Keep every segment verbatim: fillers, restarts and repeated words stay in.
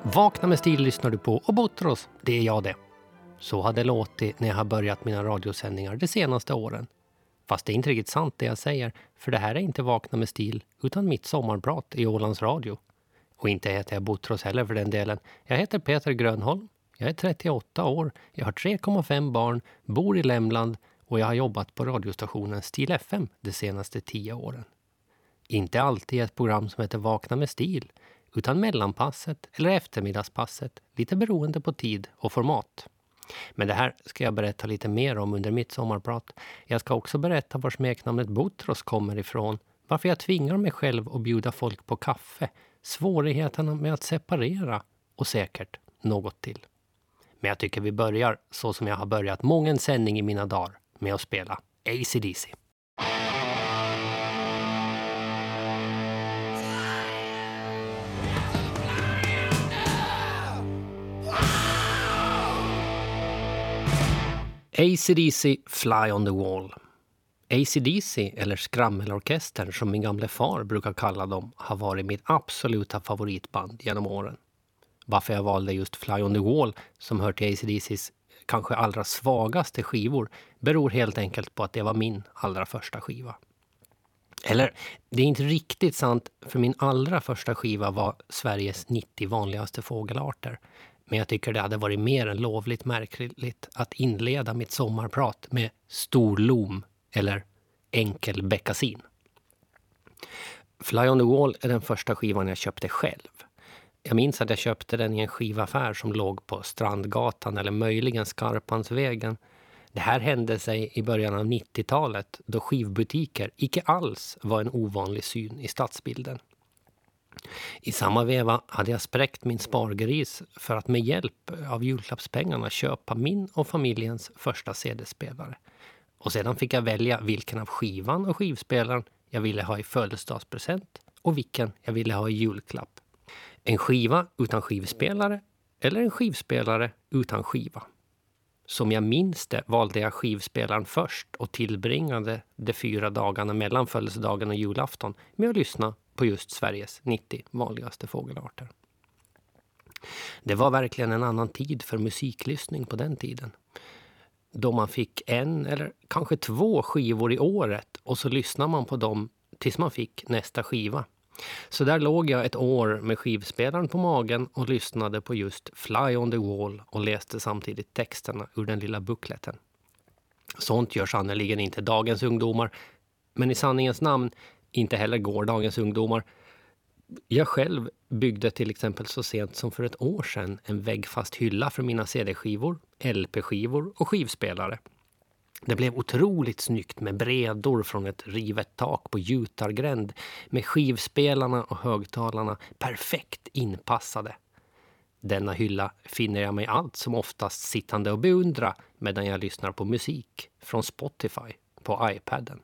Vakna med stil lyssnar du på och Boutros, det är jag det. Så hade det låtit när jag har börjat mina radiosändningar de senaste åren. Fast det är inte riktigt sant det jag säger, för det här är inte Vakna med stil utan mitt sommarprat i Ålands Radio. Och inte heter jag Boutros heller för den delen. Jag heter Peter Grönholm, jag är trettioåtta år, jag har tre komma fem barn, bor i Lämland och jag har jobbat på radiostationen Stil F M de senaste tio åren. Inte alltid ett program som heter Vakna med stil, utan mellanpasset eller eftermiddagspasset, lite beroende på tid och format. Men det här ska jag berätta lite mer om under mitt sommarprat. Jag ska också berätta var smeknamnet Boutros kommer ifrån, varför jag tvingar mig själv att bjuda folk på kaffe, svårigheterna med att separera och säkert något till. Men jag tycker vi börjar så som jag har börjat många sändning i mina dagar med att spela A C D C. A C D C Fly on the Wall. A C D C, eller skrammelorkestern som min gamle far brukar kalla dem, har varit mitt absoluta favoritband genom åren. Varför jag valde just Fly on the Wall, som hör till A C D C:s kanske allra svagaste skivor, beror helt enkelt på att det var min allra första skiva. Eller, det är inte riktigt sant, för min allra första skiva var Sveriges nittio vanligaste fågelarter. Men jag tycker det hade varit mer än lovligt märkligt att inleda mitt sommarprat med storlom eller enkel bäckasin. Fly on the Wall är den första skivan jag köpte själv. Jag minns att jag köpte den i en skivaffär som låg på Strandgatan eller möjligen Skarpansvägen. Det här hände sig i början av nittiotalet då skivbutiker icke alls var en ovanlig syn i stadsbilden. I samma veva hade jag spräckt min spargris för att med hjälp av julklappspengarna köpa min och familjens första C D-spelare. Och sedan fick jag välja vilken av skivan och skivspelaren jag ville ha i födelsedagspresent och vilken jag ville ha i julklapp. En skiva utan skivspelare eller en skivspelare utan skiva. Som jag minns det valde jag skivspelaren först och tillbringade de fyra dagarna mellan födelsedagen och julafton med att lyssna på just Sveriges nittio vanligaste fågelarter. Det var verkligen en annan tid för musiklyssning på den tiden. Då man fick en eller kanske två skivor i året och så lyssnar man på dem tills man fick nästa skiva. Så där låg jag ett år med skivspelaren på magen och lyssnade på just Fly on the Wall och läste samtidigt texterna ur den lilla bukletten. Sånt gör sannoliken inte dagens ungdomar, men i sanningens namn inte heller gårdagens ungdomar. Jag själv byggde till exempel så sent som för ett år sedan en väggfast hylla för mina C D-skivor, L P-skivor och skivspelare. Det blev otroligt snyggt med bredor från ett rivet tak på Jutargränd med skivspelarna och högtalarna perfekt inpassade. Denna hylla finner jag mig allt som oftast sittande och beundra medan jag lyssnar på musik från Spotify på iPaden.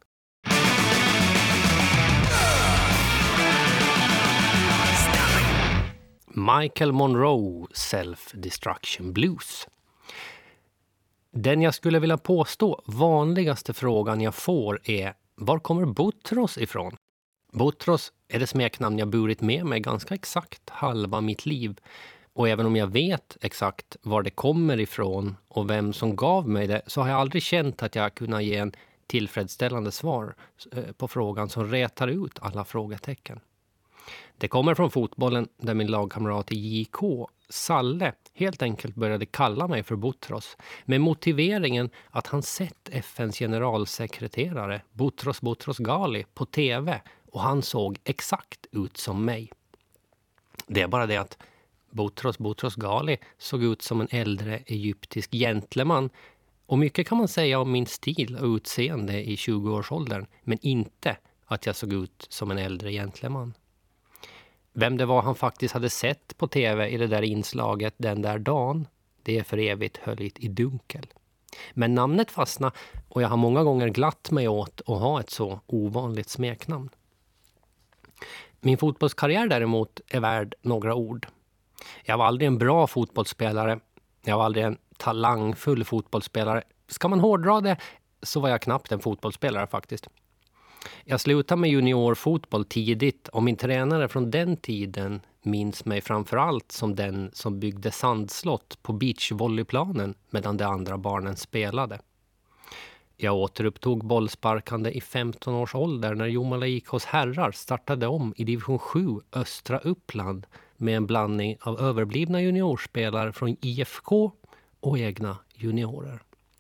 Michael Monroe, Self-Destruction Blues. Den jag skulle vilja påstå vanligaste frågan jag får är: var kommer Boutros ifrån? Boutros är det smeknamn jag burit med mig ganska exakt halva mitt liv. Och även om jag vet exakt var det kommer ifrån och vem som gav mig det, så har jag aldrig känt att jag kunnat ge en tillfredsställande svar på frågan som rätar ut alla frågetecken. Det kommer från fotbollen där min lagkamrat i J K, Salle, helt enkelt började kalla mig för Boutros med motiveringen att han sett F N:s generalsekreterare Boutros Boutros Ghali på tv och han såg exakt ut som mig. Det är bara det att Boutros Boutros Ghali såg ut som en äldre egyptisk gentleman, och mycket kan man säga om min stil och utseende i tjugoårsåldern, men inte att jag såg ut som en äldre gentleman. Vem det var han faktiskt hade sett på tv i det där inslaget den där dagen, det är för evigt höljt i dunkel. Men namnet fastnar och jag har många gånger glatt mig åt att ha ett så ovanligt smeknamn. Min fotbollskarriär däremot är värd några ord. Jag var aldrig en bra fotbollsspelare. Jag var aldrig en talangfull fotbollsspelare. Ska man hårdra det så var jag knappt en fotbollsspelare faktiskt. Jag slutade med juniorfotboll tidigt och min tränare från den tiden, minns mig framförallt som den som byggde sandslott på beachvolleyplanen medan de andra barnen spelade. Jag återupptog bollsparkande i femton års ålder när Jomala I K:s herrar startade om i division sju Östra Uppland med en blandning av överblivna juniorspelare från I F K och egna juniorer.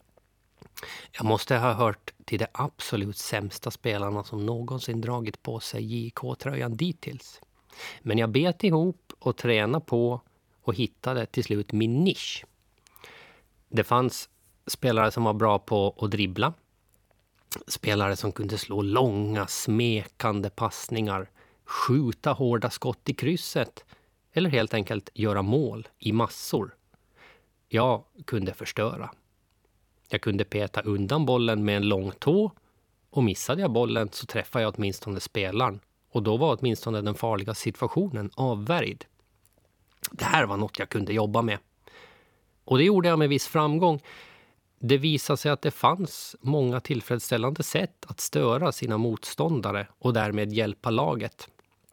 Jag måste ha hört till de absolut sämsta spelarna som någonsin dragit på sig J K-tröjan dittills. Men jag bet ihop och tränade på och hittade till slut min nisch. Det fanns spelare som var bra på att dribbla. Spelare som kunde slå långa, smekande passningar, skjuta hårda skott i krysset eller helt enkelt göra mål i massor. Jag kunde förstöra. Jag kunde peta undan bollen med en lång tå och missade jag bollen så träffade jag åtminstone spelaren. Och då var åtminstone den farliga situationen avvärjd. Det här var något jag kunde jobba med. Och det gjorde jag med viss framgång. Det visade sig att det fanns många tillfredsställande sätt att störa sina motståndare och därmed hjälpa laget.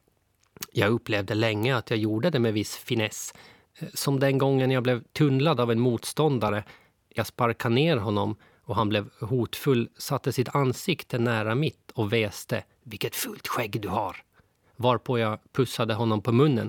Jag upplevde länge att jag gjorde det med viss finess. Som den gången jag blev tunnlad av en motståndare. Jag sparkade ner honom och han blev hotfull, satte sitt ansikte nära mitt och väste: vilket fullt skägg du har. Varpå jag pussade honom på munnen.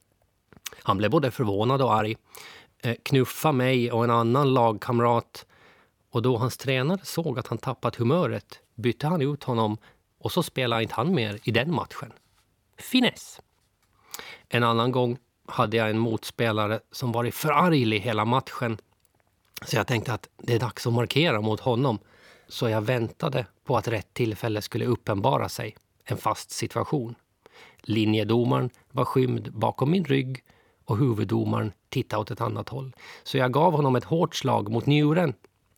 Han blev både förvånad och arg. Knuffa mig och en annan lagkamrat. Och då hans tränare såg att han tappat humöret bytte han ut honom och så spelade inte han mer i den matchen. Finess. En annan gång hade jag en motspelare som var förarglig hela matchen. Så jag tänkte att det är dags att markera mot honom. Så jag väntade på att rätt tillfälle skulle uppenbara sig. En fast situation. Linjedomaren var skymd bakom min rygg och huvuddomaren tittade åt ett annat håll. Så jag gav honom ett hårt slag mot njuren.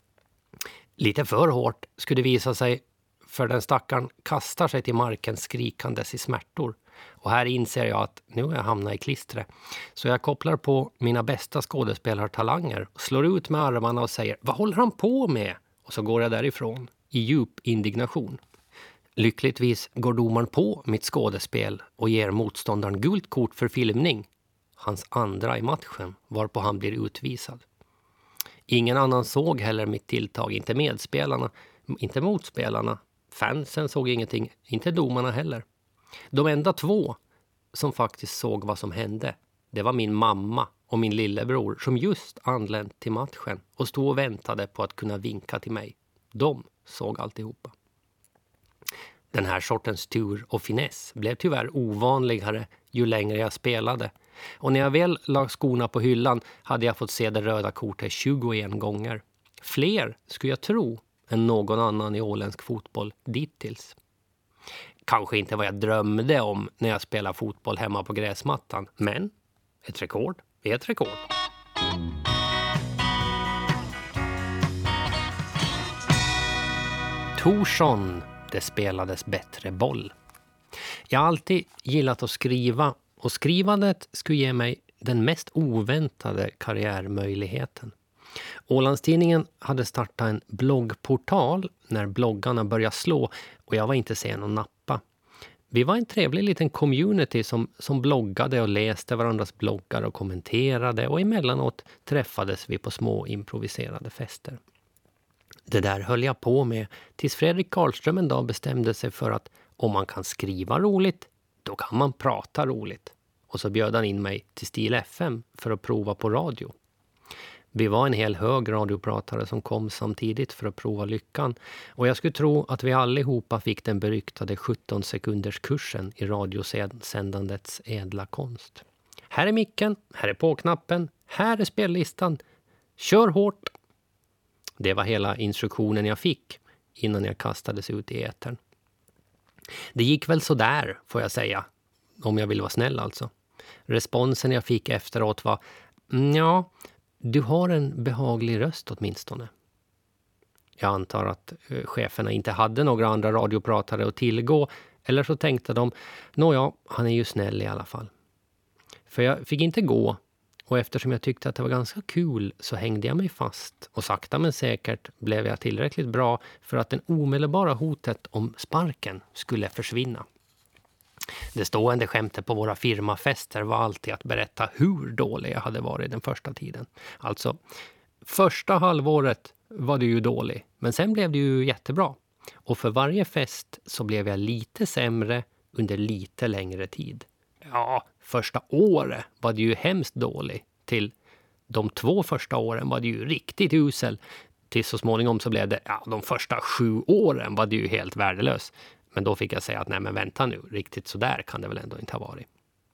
Lite för hårt skulle visa sig, för den stackaren kastar sig till marken skrikandes i smärtor. Och här inser jag att nu har jag hamnat i klistret. Så jag kopplar på mina bästa skådespelartalanger och slår ut med armarna och säger: vad håller han på med? Och så går jag därifrån i djup indignation. Lyckligtvis går domaren på mitt skådespel och ger motståndaren gult kort för filmning. Hans andra i matchen, varpå han blir utvisad. Ingen annan såg heller mitt tilltag, inte medspelarna, inte motspelarna. Fansen såg ingenting, inte domarna heller. De enda två som faktiskt såg vad som hände, det var min mamma och min lillebror som just anlänt till matchen och stod och väntade på att kunna vinka till mig. De såg alltihopa. Den här sortens tur och finess blev tyvärr ovanligare ju längre jag spelade. Och när jag väl lag skorna på hyllan hade jag fått se det röda kortet tjugoen gånger. Fler, skulle jag tro, än någon annan i åländsk fotboll dittills. Kanske inte vad jag drömde om när jag spelade fotboll hemma på gräsmattan. Men ett rekord är ett rekord. Torsson, det spelades bättre boll. Jag har alltid gillat att skriva. Och skrivandet skulle ge mig den mest oväntade karriärmöjligheten. Ålandstidningen hade startat en bloggportal när bloggarna började slå och jag var inte sen att nappa. Vi var en trevlig liten community som, som bloggade och läste varandras bloggar och kommenterade och emellanåt träffades vi på små improviserade fester. Det där höll jag på med tills Fredrik Karlström en dag bestämde sig för att om man kan skriva roligt, då kan man prata roligt. Och så bjöd han in mig till Stil F M för att prova på radio. Vi var en hel hög radiopratare som kom samtidigt för att prova lyckan. Och jag skulle tro att vi allihopa fick den beryktade sjutton sekunders kursen i radiosändandets ädla konst. Här är micken, här är på-knappen, här är spellistan. Kör hårt! Det var hela instruktionen jag fick innan jag kastades ut i etern. Det gick väl så där, får jag säga. Om jag vill vara snäll alltså. Responsen jag fick efteråt var: ja, du har en behaglig röst åtminstone. Jag antar att cheferna inte hade några andra radiopratare att tillgå. Eller så tänkte de: nåja, han är ju snäll i alla fall. För jag fick inte gå. Och eftersom jag tyckte att det var ganska kul så hängde jag mig fast. Och sakta men säkert blev jag tillräckligt bra för att den omedelbara hotet om sparken skulle försvinna. Det stående skämtet på våra firmafester var alltid att berätta hur dålig jag hade varit den första tiden. Alltså, första halvåret var det ju dålig, men sen blev det ju jättebra. Och för varje fest så blev jag lite sämre under lite längre tid. Ja, första året var det ju hemskt dålig. Till de två första åren var det ju riktigt usel. Till så småningom så blev det, ja, de första sju åren var det ju helt värdelös. Men då fick jag säga att nej men vänta nu, riktigt så där kan det väl ändå inte ha varit.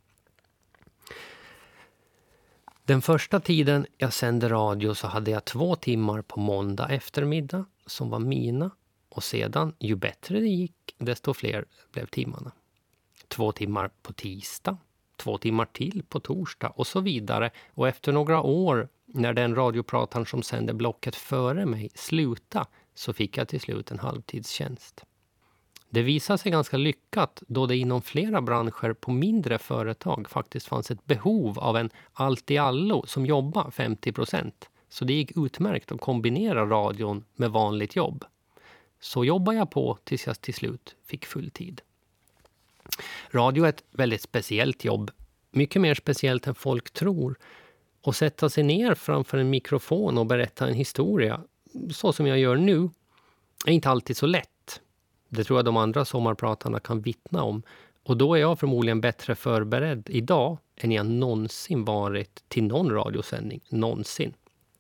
Den första tiden jag sände radio så hade jag två timmar på måndag eftermiddag som var mina. Och sedan, ju bättre det gick, desto fler blev timmarna. Två timmar på tisdag, två timmar till på torsdag och så vidare. Och efter några år, när den radioprataren som sände blocket före mig slutade, så fick jag till slut en halvtidstjänst. Det visade sig ganska lyckat då det inom flera branscher på mindre företag faktiskt fanns ett behov av en allt-i-allo som jobbar femtio procent. Så det gick utmärkt att kombinera radion med vanligt jobb. Så jobbade jag på tills jag till slut fick full tid. Radio är ett väldigt speciellt jobb. Mycket mer speciellt än folk tror. Och sätta sig ner framför en mikrofon och berätta en historia, så som jag gör nu, är inte alltid så lätt. Det tror jag de andra sommarpratarna kan vittna om. Och då är jag förmodligen bättre förberedd idag än jag någonsin varit till någon radiosändning. Någonsin.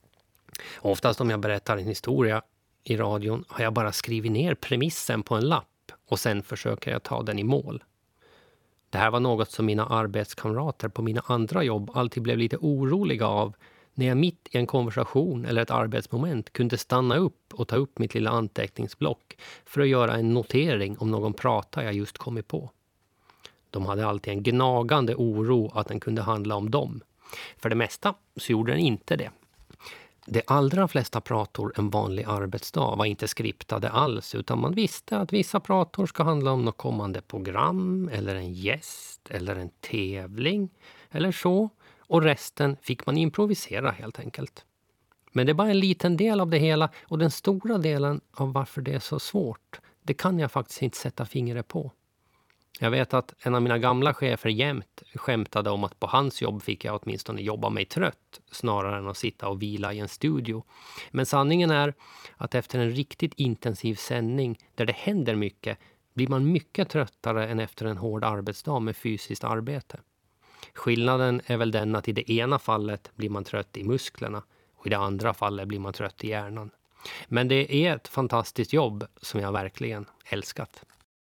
Oftast om jag berättar en historia i radion har jag bara skrivit ner premissen på en lapp och sen försöker jag ta den i mål. Det här var något som mina arbetskamrater på mina andra jobb alltid blev lite oroliga av när jag mitt i en konversation eller ett arbetsmoment kunde stanna upp och ta upp mitt lilla anteckningsblock för att göra en notering om någon prata jag just kommit på. De hade alltid en gnagande oro att den kunde handla om dem. För det mesta så gjorde den inte det. De allra flesta prator en vanlig arbetsdag var inte skriptade alls, utan man visste att vissa prator ska handla om något kommande program eller en gäst eller en tävling eller så, och resten fick man improvisera helt enkelt. Men det är bara en liten del av det hela, och den stora delen av varför det är så svårt, det kan jag faktiskt inte sätta fingret på. Jag vet att en av mina gamla chefer jämt skämtade om att på hans jobb fick jag åtminstone jobba mig trött snarare än att sitta och vila i en studio. Men sanningen är att efter en riktigt intensiv sändning där det händer mycket blir man mycket tröttare än efter en hård arbetsdag med fysiskt arbete. Skillnaden är väl den att i det ena fallet blir man trött i musklerna och i det andra fallet blir man trött i hjärnan. Men det är ett fantastiskt jobb som jag verkligen älskat.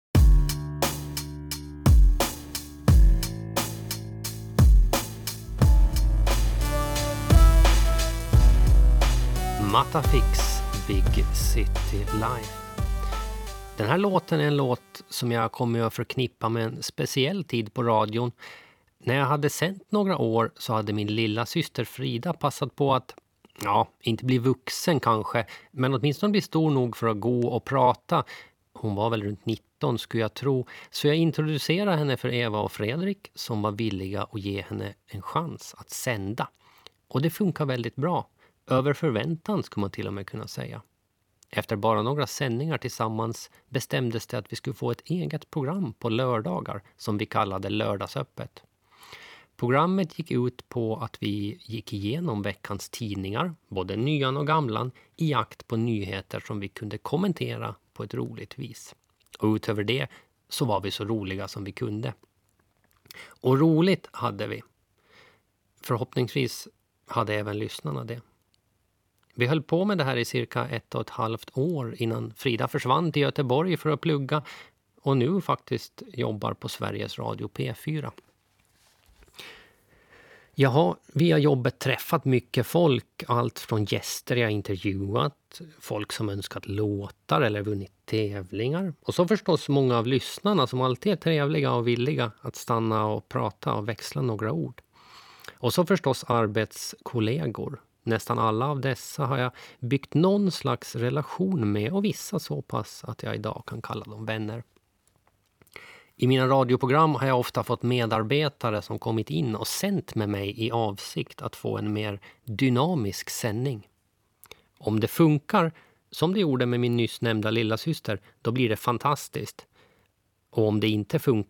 Matafix, Big City Life. Den här låten är en låt som jag kommer att förknippa med en speciell tid på radion. När jag hade sänt några år så hade min lilla syster Frida passat på att, ja, inte bli vuxen kanske, men åtminstone bli stor nog för att gå och prata. Hon var väl runt nitton skulle jag tro, så jag introducerade henne för Eva och Fredrik som var villiga att ge henne en chans att sända. Och det funkar väldigt bra. Över förväntan skulle man till och med kunna säga. Efter bara några sändningar tillsammans bestämdes det att vi skulle få ett eget program på lördagar som vi kallade lördagsöppet. Programmet gick ut på att vi gick igenom veckans tidningar, både nyan och gamlan, i jakt på nyheter som vi kunde kommentera på ett roligt vis. Och utöver det så var vi så roliga som vi kunde. Och roligt hade vi. Förhoppningsvis hade även lyssnarna det. Vi höll på med det här i cirka ett och ett halvt år innan Frida försvann till Göteborg för att plugga och nu faktiskt jobbar på Sveriges Radio P fyra. Jag har via jobbet träffat mycket folk, allt från gäster jag intervjuat, folk som önskat låtar eller vunnit tävlingar. Och så förstås många av lyssnarna som alltid är trevliga och villiga att stanna och prata och växla några ord. Och så förstås arbetskollegor. Nästan alla av dessa har jag byggt någon slags relation med och vissa så pass att jag idag kan kalla dem vänner. I mina radioprogram har jag ofta fått medarbetare som kommit in och sänt med mig i avsikt att få en mer dynamisk sändning. Om det funkar, som det gjorde med min nyss nämnda lilla syster, då blir det fantastiskt. Och om det inte funkar,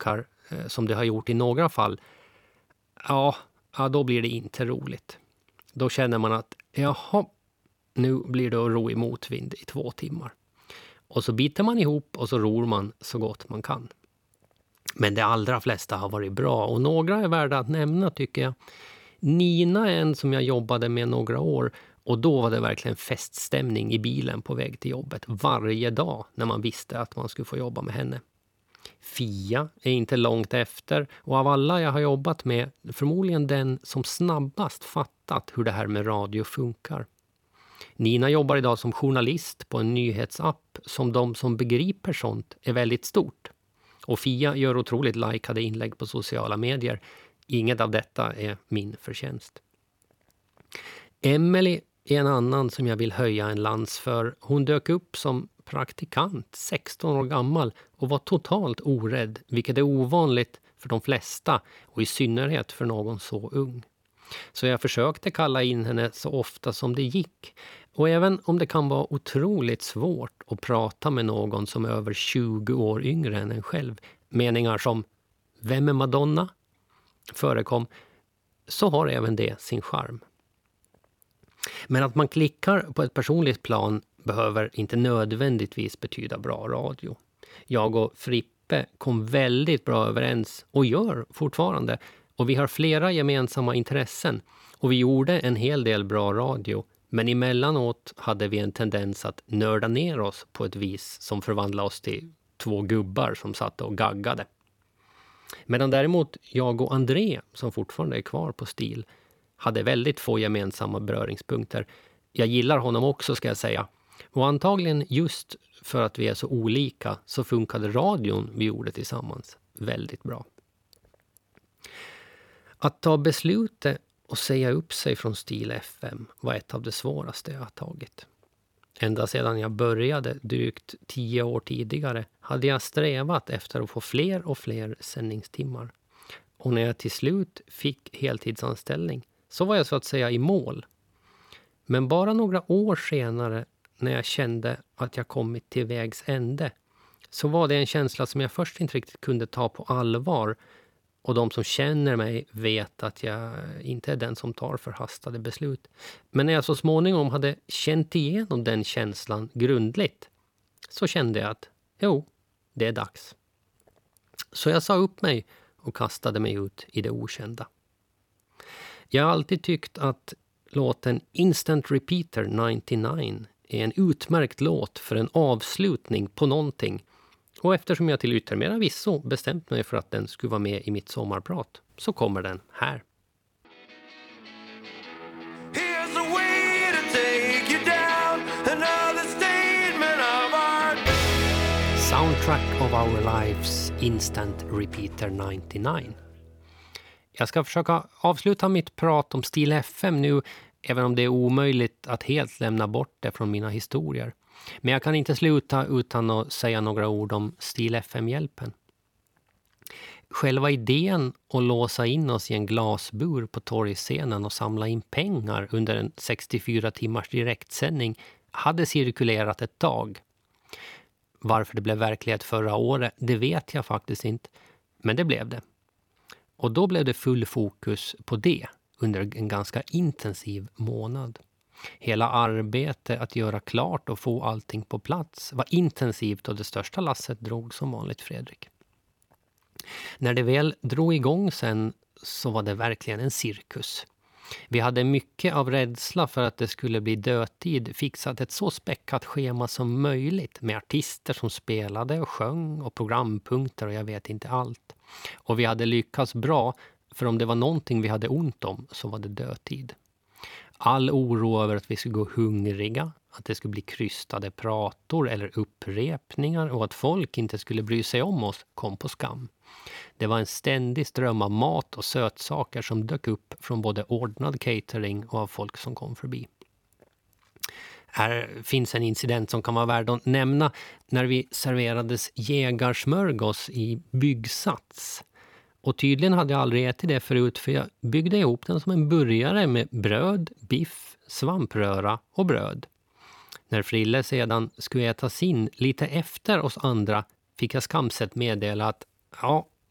eh, som det har gjort i några fall, ja, ja, då blir det inte roligt. Då känner man att jaha, nu blir det att ro i motvind i två timmar. Och så biter man ihop och så ror man så gott man kan. Men de allra flesta har varit bra och några är värda att nämna tycker jag. Nina är en som jag jobbade med några år och då var det verkligen feststämning i bilen på väg till jobbet varje dag när man visste att man skulle få jobba med henne. Fia är inte långt efter och av alla jag har jobbat med förmodligen den som snabbast fattat hur det här med radio funkar. Nina jobbar idag som journalist på en nyhetsapp som de som begriper sånt är väldigt stort. Och Fia gör otroligt likade inlägg på sociala medier. Inget av detta är min förtjänst. Emily är en annan som jag vill höja en lans för. Hon dök upp som praktikant, sexton år gammal och var totalt orädd, vilket är ovanligt för de flesta och i synnerhet för någon så ung. Så jag försökte kalla in henne så ofta som det gick. Och även om det kan vara otroligt svårt att prata med någon som är över tjugo år yngre än en själv, meningar som "Vem är Madonna?" förekom, så har även det sin charm. Men att man klickar på ett personligt plan behöver inte nödvändigtvis betyda bra radio. Jag och Frippe kom väldigt bra överens och gör fortfarande. Och vi har flera gemensamma intressen och vi gjorde en hel del bra radio. Men emellanåt hade vi en tendens att nörda ner oss på ett vis som förvandlade oss till två gubbar som satt och gaggade. Medan däremot jag och André, som fortfarande är kvar på Stil, hade väldigt få gemensamma beröringspunkter. Jag gillar honom också ska jag säga. Och antagligen just för att vi är så olika så funkade radion vi gjorde tillsammans väldigt bra. Att ta beslutet och säga upp sig från Stil F M var ett av det svåraste jag har tagit. Ända sedan jag började drygt tio år tidigare hade jag strävat efter att få fler och fler sändningstimmar. Och när jag till slut fick heltidsanställning så var jag så att säga i mål. Men bara några år senare när jag kände att jag kommit till vägs ände så var det en känsla som jag först inte riktigt kunde ta på allvar. Och de som känner mig vet att jag inte är den som tar förhastade beslut. Men när jag så småningom hade känt igenom den känslan grundligt så kände jag att jo, det är dags. Så jag sa upp mig och kastade mig ut i det okända. Jag har alltid tyckt att låten Instant Repeater nittionio är en utmärkt låt för en avslutning på någonting. Och eftersom jag till yttermera visso bestämt mig för att den skulle vara med i mitt sommarprat så kommer den här. Soundtrack of Our Lives Instant Repeater nittionio. Jag ska försöka avsluta mitt prat om Stil F M nu, även om det är omöjligt att helt lämna bort det från mina historier. Men jag kan inte sluta utan att säga några ord om Stil F M-hjälpen. Själva idén att låsa in oss i en glasbur på torgscenen och samla in pengar under en sextiofyra timmars direktsändning hade cirkulerat ett tag. Varför det blev verklighet förra året, det vet jag faktiskt inte. Men det blev det. Och då blev det full fokus på det under en ganska intensiv månad. Hela arbetet att göra klart och få allting på plats var intensivt och det största lasset drog som vanligt Fredrik. När det väl drog igång sen så var det verkligen en cirkus. Vi hade mycket av rädsla för att det skulle bli dödtid fixat ett så späckat schema som möjligt med artister som spelade och sjöng och programpunkter och jag vet inte allt. Och vi hade lyckats bra, för om det var någonting vi hade ont om så var det dödtid. All oro över att vi skulle gå hungriga, att det skulle bli krystade prator eller upprepningar och att folk inte skulle bry sig om oss kom på skam. Det var en ständig ström av mat och sötsaker som dök upp från både ordnad catering och av folk som kom förbi. Här finns en incident som kan vara värd att nämna när vi serverades jägarsmörgås i byggsats. Och tydligen hade jag aldrig ätit det förut för jag byggde ihop den som en burgare med bröd, biff, svampröra och bröd. När Frille sedan skulle äta sin lite efter oss andra fick jag skamset meddela att ja,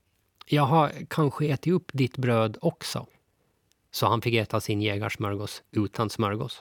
Jag har kanske ätit upp ditt bröd också. Så han fick äta sin jägarsmörgås utan smörgås.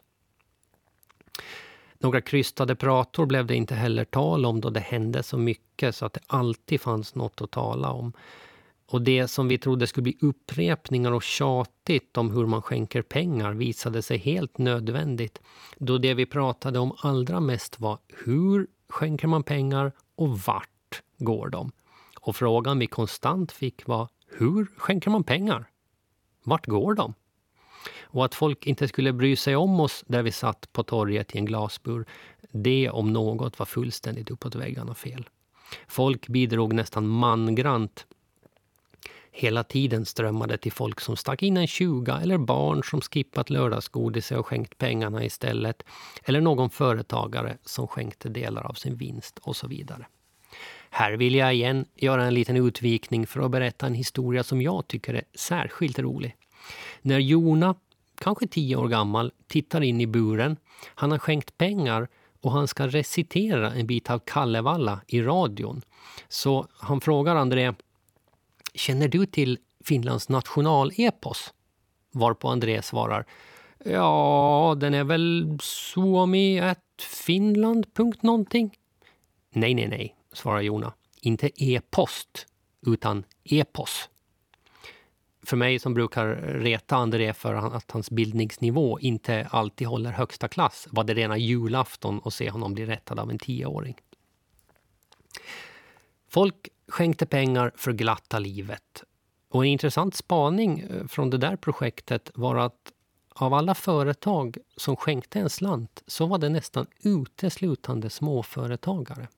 Några krystade prator blev det inte heller tal om då det hände så mycket så att det alltid fanns något att tala om. Och det som vi trodde skulle bli upprepningar och tjatigt om hur man skänker pengar visade sig helt nödvändigt. Då det vi pratade om allra mest var hur skänker man pengar och vart går de? Och frågan vi konstant fick var hur skänker man pengar? Vart går de? Och att folk inte skulle bry sig om oss där vi satt på torget i en glasbur, det om något var fullständigt uppåt väggarna fel. Folk bidrog nästan mangrant. Hela tiden strömmade till folk som stack in en tjuga eller barn som skippat lördagsgodis och skänkt pengarna istället. Eller någon företagare som skänkte delar av sin vinst och så vidare. Här vill jag igen göra en liten utvikning för att berätta en historia som jag tycker är särskilt rolig. När Jona, kanske tio år gammal, tittar in i buren. Han har skänkt pengar och han ska recitera en bit av Kalevala i radion. Så han frågar André, känner du till Finlands nationalepos? Varpå André svarar, ja, den är väl suomi at finland punkt någonting. Nej, nej, nej, svarar Jona. Inte e-post, utan epos. För mig som brukar reta André för att hans bildningsnivå inte alltid håller högsta klass var det rena julafton att se honom bli rättad av en tioåring. Folk skänkte pengar för glatta livet. Och en intressant spaning från det där projektet var att av alla företag som skänkte en slant så var det nästan uteslutande småföretagare.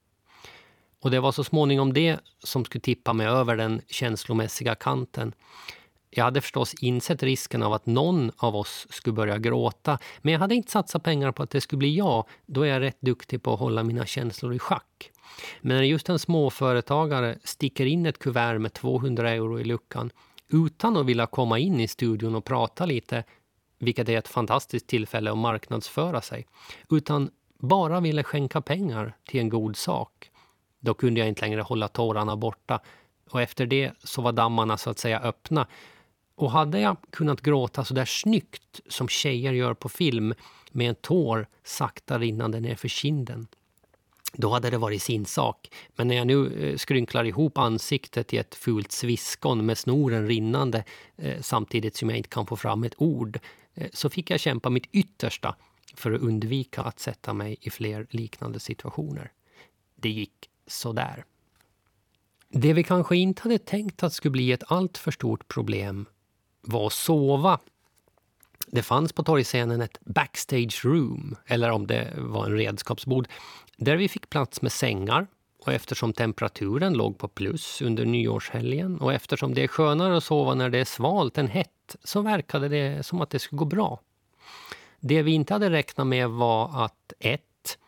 Och det var så småningom det som skulle tippa mig över den känslomässiga kanten. Jag hade förstås insett risken av att någon av oss skulle börja gråta. Men jag hade inte satsat pengar på att det skulle bli jag. Då är jag rätt duktig på att hålla mina känslor i schack. Men när just en småföretagare sticker in ett kuvert med tvåhundra euro i luckan utan att vilja komma in i studion och prata lite, vilket är ett fantastiskt tillfälle att marknadsföra sig, utan bara ville skänka pengar till en god sak, då kunde jag inte längre hålla tårarna borta. Och efter det så var dammarna så att säga öppna. Och hade jag kunnat gråta så där snyggt som tjejer gör på film med en tår sakta rinnande ner för kinden, då hade det varit sin sak. Men när jag nu skrynklar ihop ansiktet i ett fult sviskon med snoren rinnande eh, samtidigt som jag inte kan få fram ett ord, eh, så fick jag kämpa mitt yttersta för att undvika att sätta mig i fler liknande situationer. Det gick så där. Det vi kanske inte hade tänkt att skulle bli ett allt för stort problem var att sova. Det fanns på torgscenen ett backstage room, eller om det var en redskapsbod, där vi fick plats med sängar. Och eftersom temperaturen låg på plus under nyårshelgen och eftersom det är skönare att sova när det är svalt än hett, så verkade det som att det skulle gå bra. Det vi inte hade räknat med var att ett,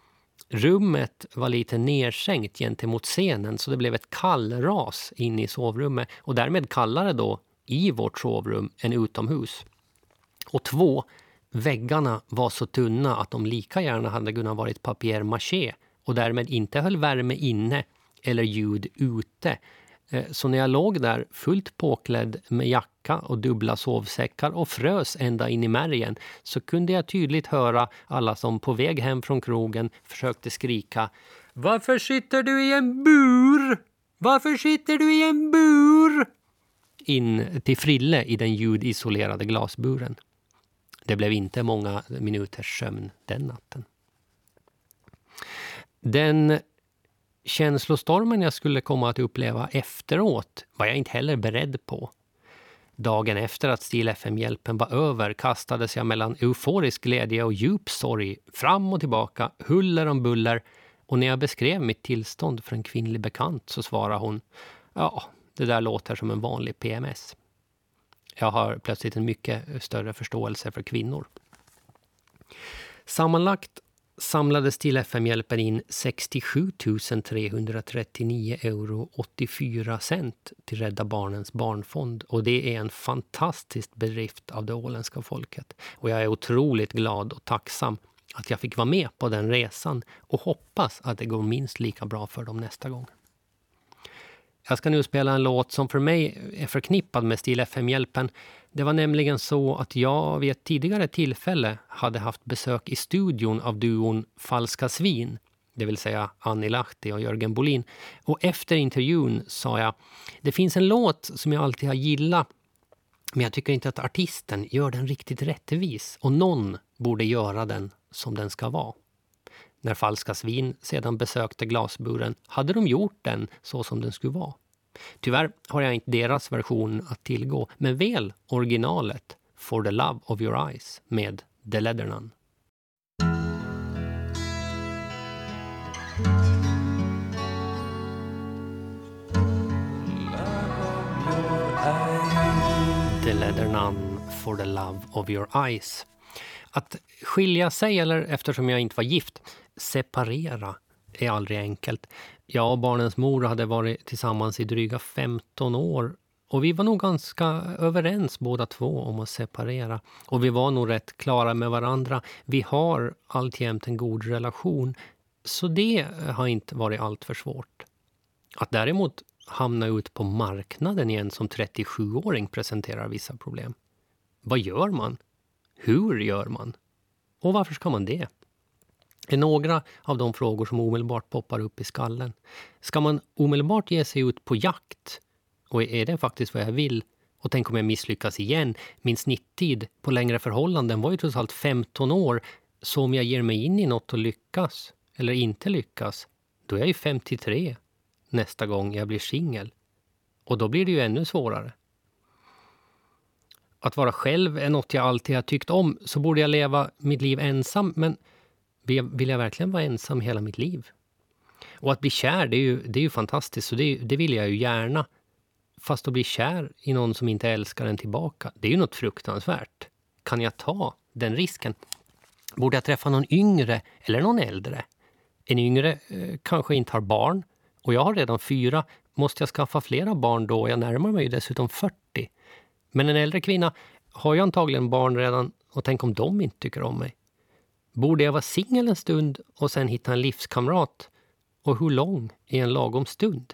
rummet var lite nersänkt gentemot scenen, så det blev ett kallras in i sovrummet och därmed kallare då i vårt sovrum än utomhus. Och två, väggarna var så tunna att de lika gärna hade kunnat varit papier-maché och därmed inte höll värme inne eller ljud ute. Så när jag låg där fullt påklädd med jacka och dubbla sovsäckar och frös ända in i märgen, så kunde jag tydligt höra alla som på väg hem från krogen försökte skrika: "Varför sitter du i en bur? Varför sitter du i en bur?" in till frille i den ljudisolerade glasburen. Det blev inte många minuters sömn den natten. Den känslostormen jag skulle komma att uppleva efteråt var jag inte heller beredd på. Dagen efter att Stil F M-hjälpen var över kastades jag mellan euforisk glädje och djup sorg, fram och tillbaka, huller om buller, och när jag beskrev mitt tillstånd för en kvinnlig bekant så svarade hon: "Ja, det där låter som en vanlig P M S." Jag har plötsligt en mycket större förståelse för kvinnor. Sammanlagt samlade Stil F M-hjälpen in sextiosju tusen trehundratrettionio euro åttiofyra cent till Rädda Barnens barnfond, och det är en fantastisk bedrift av det åländska folket. Och jag är otroligt glad och tacksam att jag fick vara med på den resan och hoppas att det går minst lika bra för dem nästa gång. Jag ska nu spela en låt som för mig är förknippad med Stil F M-hjälpen. Det var nämligen så att jag vid ett tidigare tillfälle hade haft besök i studion av duon Falska Svin, det vill säga Annie Lahti och Jörgen Bolin. Och efter intervjun sa jag, det finns en låt som jag alltid har gillat, men jag tycker inte att artisten gör den riktigt rättvis och någon borde göra den som den ska vara. När Falska Svin sedan besökte glasburen hade de gjort den så som den skulle vara. Tyvärr har jag inte deras version att tillgå, men väl originalet For the Love of Your Eyes med The Leathernun. The Leathernun, For the Love of Your Eyes. Att skilja sig, eller eftersom jag inte var gift, separera är aldrig enkelt. Jag och barnens mor hade varit tillsammans i dryga femton år och vi var nog ganska överens båda två om att separera. Och vi var nog rätt klara med varandra. Vi har alltjämt en god relation, så det har inte varit allt för svårt. Att däremot hamna ut på marknaden igen som trettiosjuåring presenterar vissa problem. Vad gör man? Hur gör man? Och varför ska man det? Är några av de frågor som omedelbart poppar upp i skallen. Ska man omedelbart ge sig ut på jakt? Och är det faktiskt vad jag vill? Och tänk om jag misslyckas igen. Min snitttid på längre förhållanden var ju trots allt femton år. Så om jag ger mig in i något och lyckas, eller inte lyckas, då är jag ju femtiotre nästa gång jag blir singel. Och då blir det ju ännu svårare. Att vara själv är något jag alltid har tyckt om, så borde jag leva mitt liv ensam, men vill jag verkligen vara ensam hela mitt liv? Och att bli kär, det är ju, det är ju fantastiskt, så det, det vill jag ju gärna. Fast att bli kär i någon som inte älskar en tillbaka, det är ju något fruktansvärt. Kan jag ta den risken? Borde jag träffa någon yngre eller någon äldre? En yngre eh, kanske inte har barn, och jag har redan fyra. Måste jag skaffa flera barn då? Jag närmar mig ju dessutom fyrtio. Men en äldre kvinna har ju antagligen barn redan, och tänk om de inte tycker om mig. Borde jag vara singel en stund och sen hitta en livskamrat? Och hur lång är en lagom stund?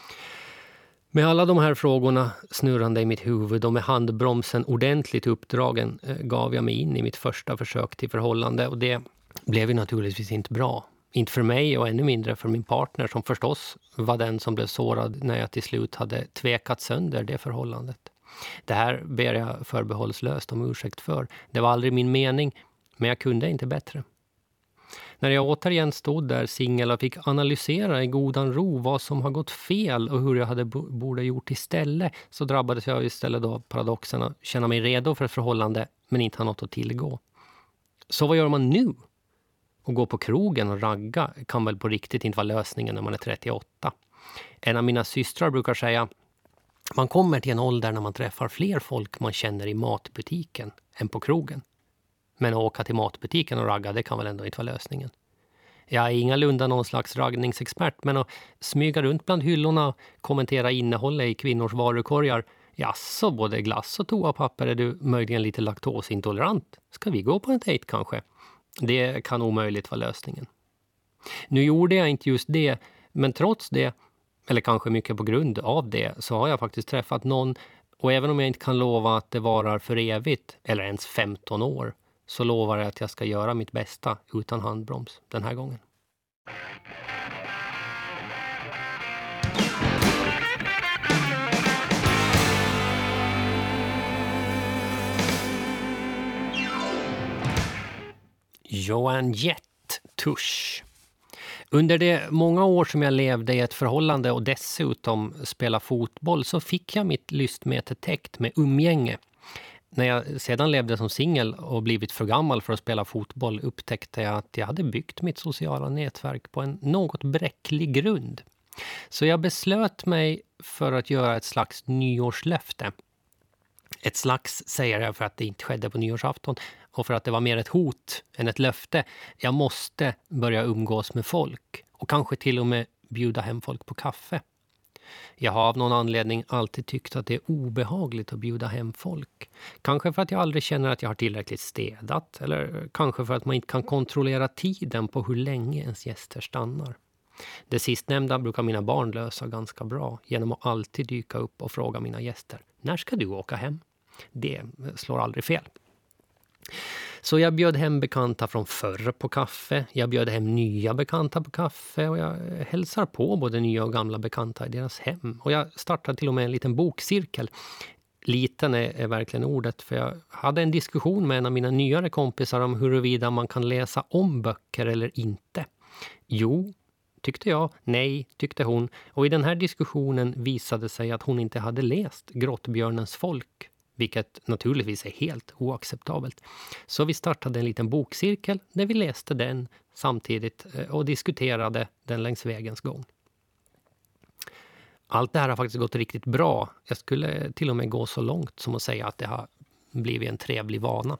Med alla de här frågorna snurrande i mitt huvud och med handbromsen ordentligt uppdragen eh, gav jag mig in i mitt första försök till förhållande, och det blev ju naturligtvis inte bra. Inte för mig och ännu mindre för min partner, som förstås var den som blev sårad när jag till slut hade tvekat sönder det förhållandet. Det här ber jag förbehållslöst om ursäkt för. Det var aldrig min mening, men jag kunde inte bättre. När jag återigen stod där singel och fick analysera i godan ro vad som har gått fel och hur jag hade borde gjort istället, så drabbades jag istället då av paradoxen att känna mig redo för ett förhållande men inte ha något att tillgå. Så vad gör man nu? Att gå på krogen och ragga kan väl på riktigt inte vara lösningen när man är trettioåtta. En av mina systrar brukar säga, man kommer till en ålder när man träffar fler folk man känner i matbutiken än på krogen. Men att åka till matbutiken och ragga, det kan väl ändå inte vara lösningen. Jag är ingalunda någon slags raggningsexpert, men att smyga runt bland hyllorna och kommentera innehållet i kvinnors varukorgar. Ja, så både glass och toapapper, är du möjligen lite laktosintolerant? Ska vi gå på en dejt kanske? Det kan omöjligt vara lösningen. Nu gjorde jag inte just det, men trots det, eller kanske mycket på grund av det, så har jag faktiskt träffat någon, och även om jag inte kan lova att det varar för evigt, eller ens femton år, så lovar jag att jag ska göra mitt bästa utan handbroms den här gången. Joan Jett, Tusch. Under de många år som jag levde i ett förhållande och dessutom spela fotboll, så fick jag mitt lystmäte täckt med umgänge. När jag sedan levde som singel och blivit för gammal för att spela fotboll, upptäckte jag att jag hade byggt mitt sociala nätverk på en något bräcklig grund. Så jag beslöt mig för att göra ett slags nyårslöfte. Ett slags säger jag för att det inte skedde på nyårsafton och för att det var mer ett hot än ett löfte. Jag måste börja umgås med folk och kanske till och med bjuda hem folk på kaffe. Jag har av någon anledning alltid tyckt att det är obehagligt att bjuda hem folk. Kanske för att jag aldrig känner att jag har tillräckligt städat, eller kanske för att man inte kan kontrollera tiden på hur länge ens gäster stannar. Det sistnämnda brukar mina barn lösa ganska bra genom att alltid dyka upp och fråga mina gäster: när ska du åka hem? Det slår aldrig fel. Så jag bjöd hem bekanta från förr på kaffe. Jag bjöd hem nya bekanta på kaffe. Och jag hälsar på både nya och gamla bekanta i deras hem. Och jag startade till och med en liten bokcirkel. Liten är, är verkligen ordet. För jag hade en diskussion med en av mina nyare kompisar om huruvida man kan läsa om böcker eller inte. Jo, tyckte jag. Nej, tyckte hon. Och i den här diskussionen visade sig att hon inte hade läst Grottbjörnens folk. Vilket naturligtvis är helt oacceptabelt. Så vi startade en liten bokcirkel där vi läste den samtidigt och diskuterade den längs vägens gång. Allt det här har faktiskt gått riktigt bra. Jag skulle till och med gå så långt som att säga att det har blivit en trevlig vana.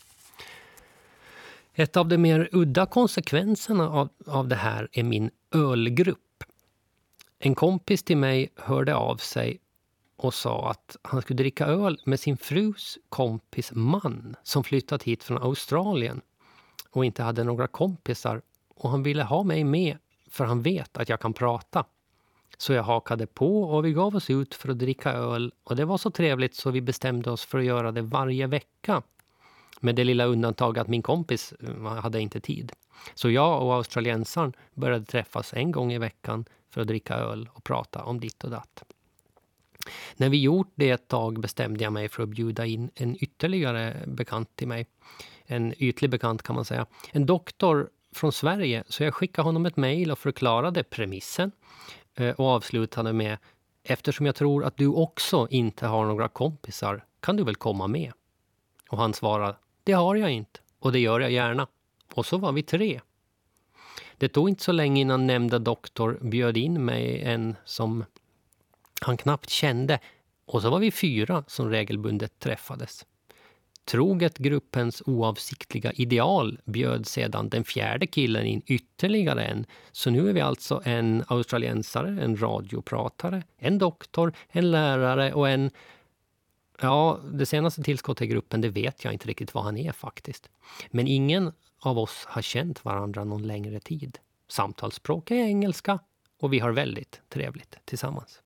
Ett av de mer udda konsekvenserna av, av det här är min ölgrupp. En kompis till mig hörde av sig och sa att han skulle dricka öl med sin frus kompis man som flyttat hit från Australien och inte hade några kompisar, och han ville ha mig med för han vet att jag kan prata. Så jag hakade på och vi gav oss ut för att dricka öl, och det var så trevligt så vi bestämde oss för att göra det varje vecka. Med det lilla undantag att min kompis hade inte tid. Så jag och australiensaren började träffas en gång i veckan för att dricka öl och prata om ditt och datt. När vi gjort det ett tag bestämde jag mig för att bjuda in en ytterligare bekant till mig. En ytlig bekant kan man säga. En doktor från Sverige, så jag skickade honom ett mejl och förklarade premissen. Och avslutade med: eftersom jag tror att du också inte har några kompisar, kan du väl komma med? Och han svarade: det har jag inte, och det gör jag gärna. Och så var vi tre. Det tog inte så länge innan nämnda doktor bjöd in mig en som han knappt kände, och så var vi fyra som regelbundet träffades. Troget gruppens oavsiktliga ideal bjöd sedan den fjärde killen in ytterligare en. Så nu är vi alltså en australiensare, en radiopratare, en doktor, en lärare och en... Ja, det senaste tillskottet i gruppen, det vet jag inte riktigt vad han är faktiskt. Men ingen av oss har känt varandra någon längre tid. Samtalsspråk är engelska och vi har väldigt trevligt tillsammans.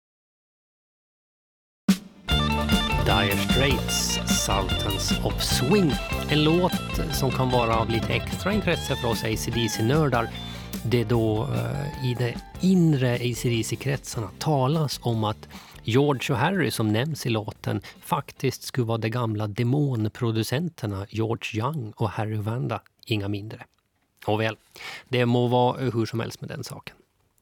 Dire Straits, Sultans of Swing. En låt som kan vara av lite extra intresse för oss A C D C-nördar. Det då uh, i de inre A C D C-kretsarna talas om att George och Harry som nämns i låten faktiskt skulle vara de gamla demonproducenterna George Young och Harry Vanda, inga mindre. Och väl, det må vara hur som helst med den saken.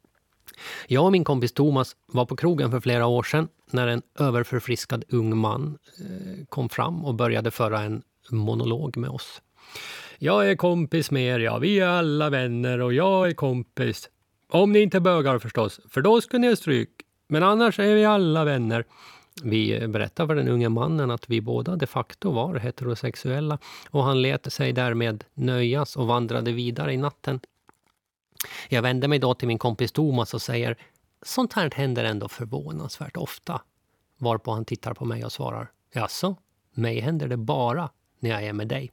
Jag och min kompis Thomas var på krogen för flera år sedan när en överförfriskad ung man eh, kom fram och började föra en monolog med oss. Jag är kompis med er, ja, vi är alla vänner och jag är kompis. Om ni inte bögar förstås, för då ska ni ha stryk. Men annars är vi alla vänner. Vi berättade för den unga mannen att vi båda de facto var heterosexuella och han lät sig därmed nöjas och vandrade vidare i natten. Jag vände mig då till min kompis Thomas och säger: sånt här händer ändå förvånansvärt ofta. Varpå han tittar på mig och svarar: jaså, mig händer det bara när jag är med dig.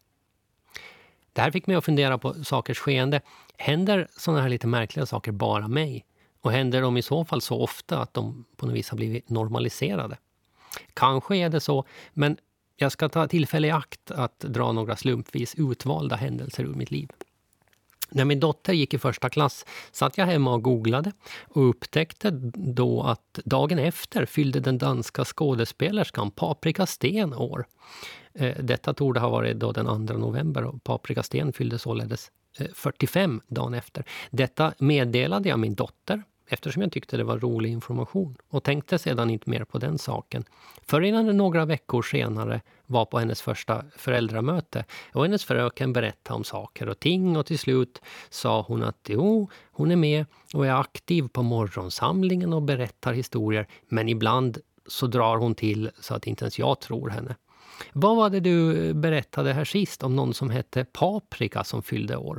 Det här fick mig att fundera på sakers skeende. Händer sådana här lite märkliga saker bara mig? Och händer de i så fall så ofta att de på något vis har blivit normaliserade? Kanske är det så, men jag ska ta tillfälle i akt att dra några slumpvis utvalda händelser ur mitt liv. När min dotter gick i första klass satt jag hemma och googlade och upptäckte då att dagen efter fyllde den danska skådespelerskan Paprika Sten år. Detta torde ha varit då den andra november och Paprika Sten fyllde således fyrtiofem dagen efter. Detta meddelade jag min dotter eftersom jag tyckte det var rolig information och tänkte sedan inte mer på den saken. För innan några veckor senare var på hennes första föräldramöte och hennes fröken berättade om saker och ting och till slut sa hon att jo, hon är med och är aktiv på morgonsamlingen och berättar historier, men ibland så drar hon till så att inte ens jag tror henne. Vad var det du berättade här sist om någon som hette Paprika som fyllde år?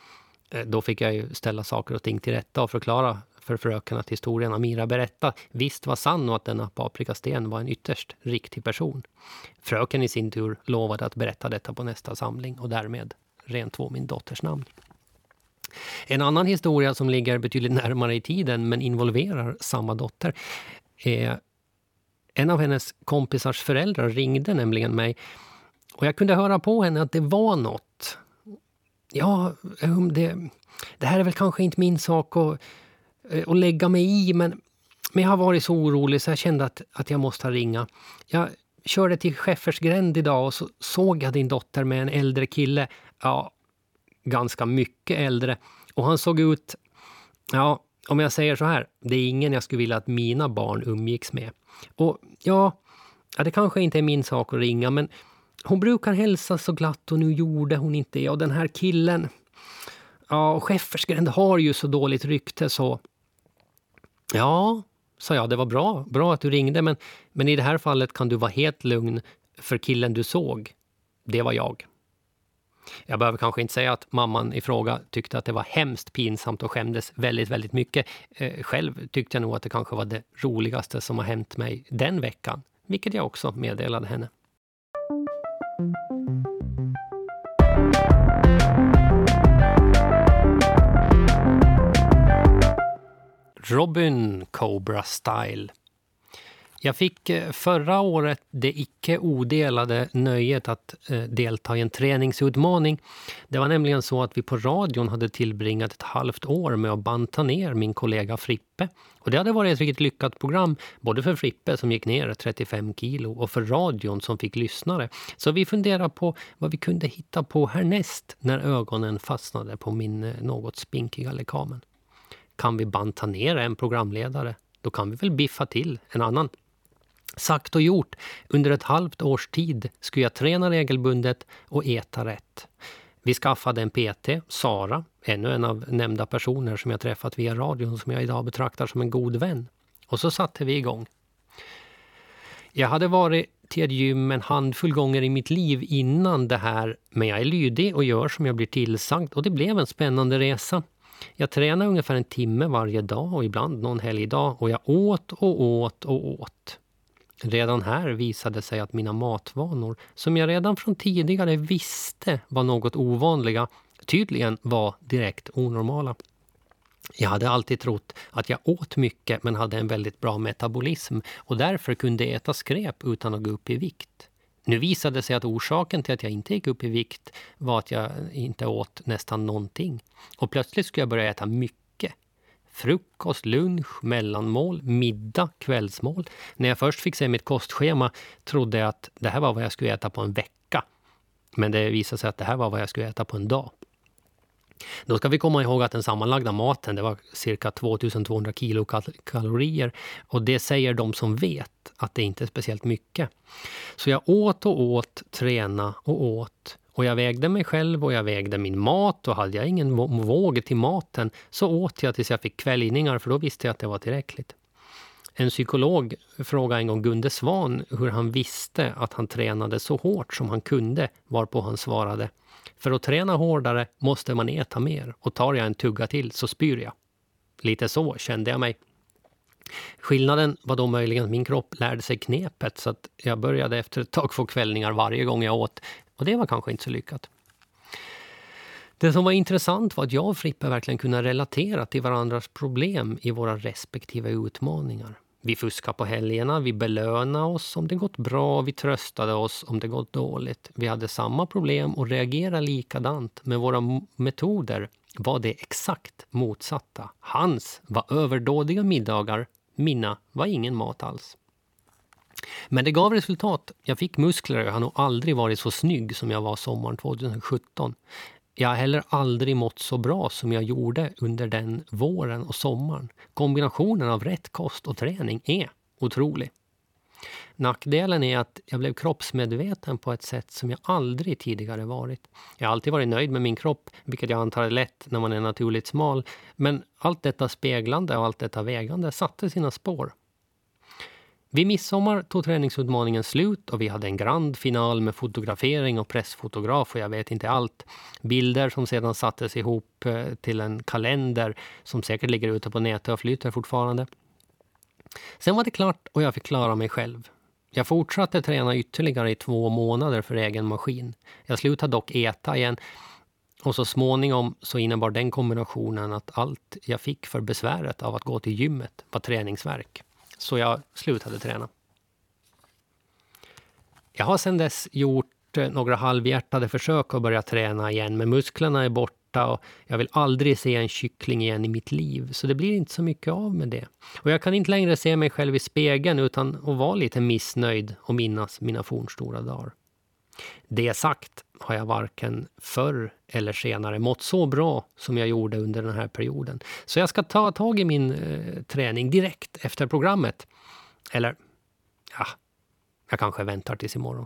Då fick jag ju ställa saker och ting till rätta och förklara för fröken att historien Amira berätta visst var sann och att denna Paprika Sten var en ytterst riktig person. Fröken i sin tur lovade att berätta detta på nästa samling och därmed rent två min dotters namn. En annan historia som ligger betydligt närmare i tiden men involverar samma dotter är en av hennes kompisars föräldrar ringde nämligen mig och jag kunde höra på henne att det var något. Ja, det, det här är väl kanske inte min sak att, att lägga mig i, men, men jag har varit så orolig så jag kände att, att jag måste ringa. Jag körde till Schäffersgränd idag och så såg jag din dotter med en äldre kille. Ja, ganska mycket äldre. Och han såg ut, ja, om jag säger så här, det är ingen jag skulle vilja att mina barn umgicks med. Och ja, ja, det kanske inte är min sak att ringa, men hon brukar hälsa så glatt och nu gjorde hon inte det. Och den här killen, ja, och Schäffersgränd har ju så dåligt rykte så. Ja, sa jag, det var bra, bra att du ringde, men, men i det här fallet kan du vara helt lugn för killen du såg. Det var jag. Jag behöver kanske inte säga att mamman i fråga tyckte att det var hemskt pinsamt och skämdes väldigt, väldigt mycket. Eh, själv tyckte jag nog att det kanske var det roligaste som har hänt mig den veckan, vilket jag också meddelade henne. Robin Cobra Style. Jag fick förra året det icke odelade nöjet att eh, delta i en träningsutmaning. Det var nämligen så att vi på radion hade tillbringat ett halvt år med att banta ner min kollega Frippe. Och det hade varit ett riktigt lyckat program, både för Frippe som gick ner trettiofem kilo och för radion som fick lyssnare. Så vi funderade på vad vi kunde hitta på härnäst när ögonen fastnade på min eh, något spinkiga lekamen. Kan vi banta ner en programledare? Då kan vi väl biffa till en annan. Sagt och gjort, under ett halvt års tid skulle jag träna regelbundet och äta rätt. Vi skaffade en P T, Sara, ännu en av nämnda personer som jag träffat via radion som jag idag betraktar som en god vän. Och så satte vi igång. Jag hade varit till ett gym en handfull gånger i mitt liv innan det här, men jag är lydig och gör som jag blir tillsagd och det blev en spännande resa. Jag tränade ungefär en timme varje dag och ibland någon helgdag och jag åt och åt och åt. Redan här visade sig att mina matvanor, som jag redan från tidigare visste var något ovanliga, tydligen var direkt onormala. Jag hade alltid trott att jag åt mycket men hade en väldigt bra metabolism och därför kunde äta skräp utan att gå upp i vikt. Nu visade det sig att orsaken till att jag inte gick upp i vikt var att jag inte åt nästan någonting. Och plötsligt skulle jag börja äta mycket. Frukost, lunch, mellanmål, middag, kvällsmål. När jag först fick se mitt kostschema trodde jag att det här var vad jag skulle äta på en vecka. Men det visade sig att det här var vad jag skulle äta på en dag. Då ska vi komma ihåg att den sammanlagda maten, det var cirka tvåtusentvåhundra kilokalorier. Och det säger de som vet att det inte är speciellt mycket. Så jag åt och åt, träna och åt. Och jag vägde mig själv och jag vägde min mat och hade jag ingen våg till maten så åt jag tills jag fick kvällningar för då visste jag att det var tillräckligt. En psykolog frågade en gång Gunde Svan hur han visste att han tränade så hårt som han kunde, varpå han svarade: för att träna hårdare måste man äta mer och tar jag en tugga till så spyr jag. Lite så kände jag mig. Skillnaden var då möjligen att min kropp lärde sig knepet så att jag började efter ett tag få kvällningar varje gång jag åt och det var kanske inte så lyckat. Det som var intressant var att jag och Frippe verkligen kunde relatera till varandras problem i våra respektive utmaningar. Vi fuskade på helgerna, vi belönade oss om det gått bra, vi tröstade oss om det gått dåligt. Vi hade samma problem och reagerade likadant, men våra metoder var det exakt motsatta. Hans var överdådiga middagar, mina var ingen mat alls. Men det gav resultat. Jag fick muskler och jag har nog aldrig varit så snygg som jag var sommaren tjugohundrasjutton. Jag har heller aldrig mått så bra som jag gjorde under den våren och sommaren. Kombinationen av rätt kost och träning är otrolig. Nackdelen är att jag blev kroppsmedveten på ett sätt som jag aldrig tidigare varit. Jag har alltid varit nöjd med min kropp, vilket jag antar är lätt när man är naturligt smal. Men allt detta speglande och allt detta vägande satte sina spår. Vid midsommar tog träningsutmaningen slut och vi hade en grand final med fotografering och pressfotograf och jag vet inte allt. Bilder som sedan sattes ihop till en kalender som säkert ligger ute på nätet och flyter fortfarande. Sen var det klart och jag fick klara mig själv. Jag fortsatte träna ytterligare i två månader för egen maskin. Jag slutade dock äta igen Och så småningom så innebar den kombinationen att allt jag fick för besväret av att gå till gymmet var träningsvärk. Så jag slutade träna. Jag har sedan dess gjort några halvhjärtade försök att börja träna igen, men musklerna är borta och jag vill aldrig se en kyckling igen i mitt liv, så det blir inte så mycket av med det. Och jag kan inte längre se mig själv i spegeln utan att vara lite missnöjd och minnas mina fornstora dagar. Det sagt har jag varken förr eller senare mått så bra som jag gjorde under den här perioden. Så jag ska ta tag i min eh, träning direkt efter programmet. Eller, ja, jag kanske väntar tills imorgon.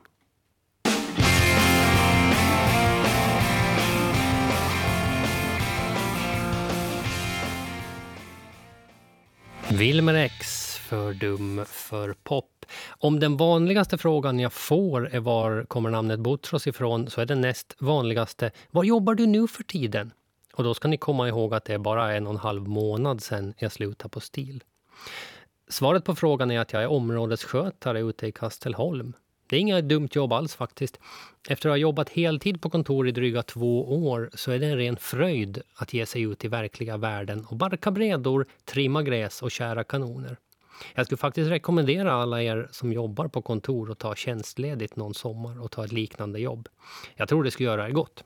Wilmer X, för dum för pop. Om den vanligaste frågan jag får är var kommer namnet Boutros ifrån, så är den näst vanligaste: vad jobbar du nu för tiden? Och då ska ni komma ihåg att det är bara en och en halv månad sedan jag slutade på STIL. Svaret på frågan är att jag är områdesskötare ute i Kastelholm. Det är inga dumt jobb alls faktiskt. Efter att ha jobbat heltid på kontor i dryga två år så är det en ren fröjd att ge sig ut i verkliga världen och barka bredor, trimma gräs och kära kanoner. Jag skulle faktiskt rekommendera alla er som jobbar på kontor att ta tjänstledigt någon sommar och ta ett liknande jobb. Jag tror det skulle göra er gott.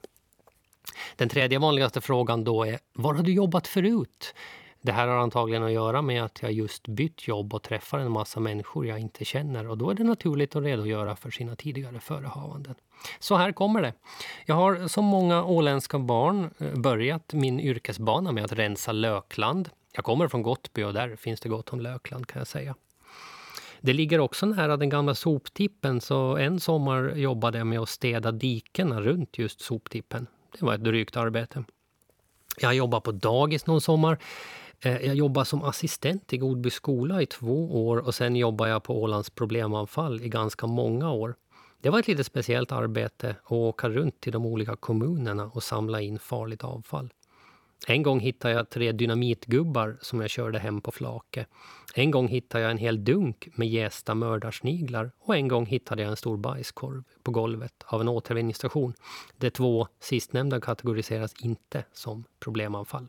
Den tredje vanligaste frågan då är: var har du jobbat förut? Det här har antagligen att göra med att jag just bytt jobb och träffar en massa människor jag inte känner, och då är det naturligt att redogöra för sina tidigare förehavanden. Så här kommer det. Jag har som många åländska barn börjat min yrkesbana med att rensa lökland. Jag kommer från Gottby och där finns det gott om lökland, kan jag säga. Det ligger också nära den gamla soptippen, så en sommar jobbade jag med att städa dikerna runt just soptippen. Det var ett drygt arbete. Jag jobbade på dagis någon sommar. Jag jobbade som assistent i Godby skola i två år och sen jobbade jag på Ålands problemanfall i ganska många år. Det var ett lite speciellt arbete att åka runt till de olika kommunerna och samla in farligt avfall. En gång hittade jag tre dynamitgubbar som jag körde hem på flake. En gång hittade jag en hel dunk med jästa mördarsniglar och en gång hittade jag en stor bajskorv på golvet av en återvinningsstation. De två sistnämnda kategoriseras inte som problemanfall.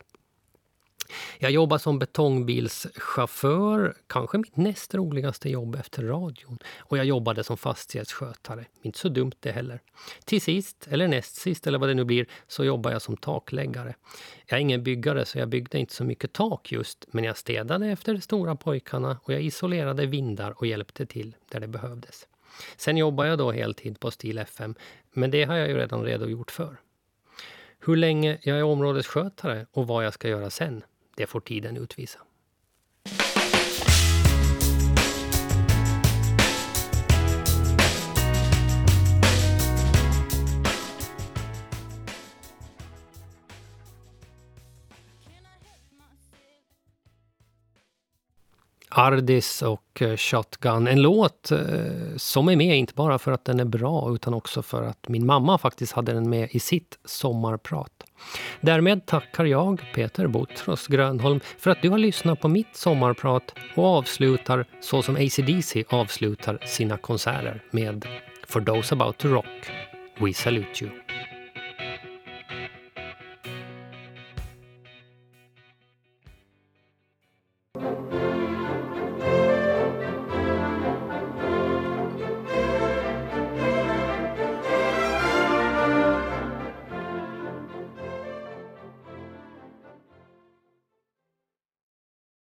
Jag jobbar som betongbilschaufför, kanske mitt näst roligaste jobb efter radion. Och jag jobbade som fastighetsskötare, inte så dumt det heller. Till sist, eller näst sist, eller vad det nu blir, så jobbar jag som takläggare. Jag är ingen byggare så jag byggde inte så mycket tak just, men jag städade efter de stora pojkarna och jag isolerade vindar och hjälpte till där det behövdes. Sen jobbar jag då heltid på STIL F M, men det har jag ju redan redogjort för. Hur länge jag är områdesskötare och vad jag ska göra sen, det får tiden utvisa. Ardis och Shotgun, en låt eh, som är med inte bara för att den är bra utan också för att min mamma faktiskt hade den med i sitt sommarprat. Därmed tackar jag, Peter Boutros Grönholm, för att du har lyssnat på mitt sommarprat och avslutar så som A C D C avslutar sina konserter med For Those About to Rock, We Salute You.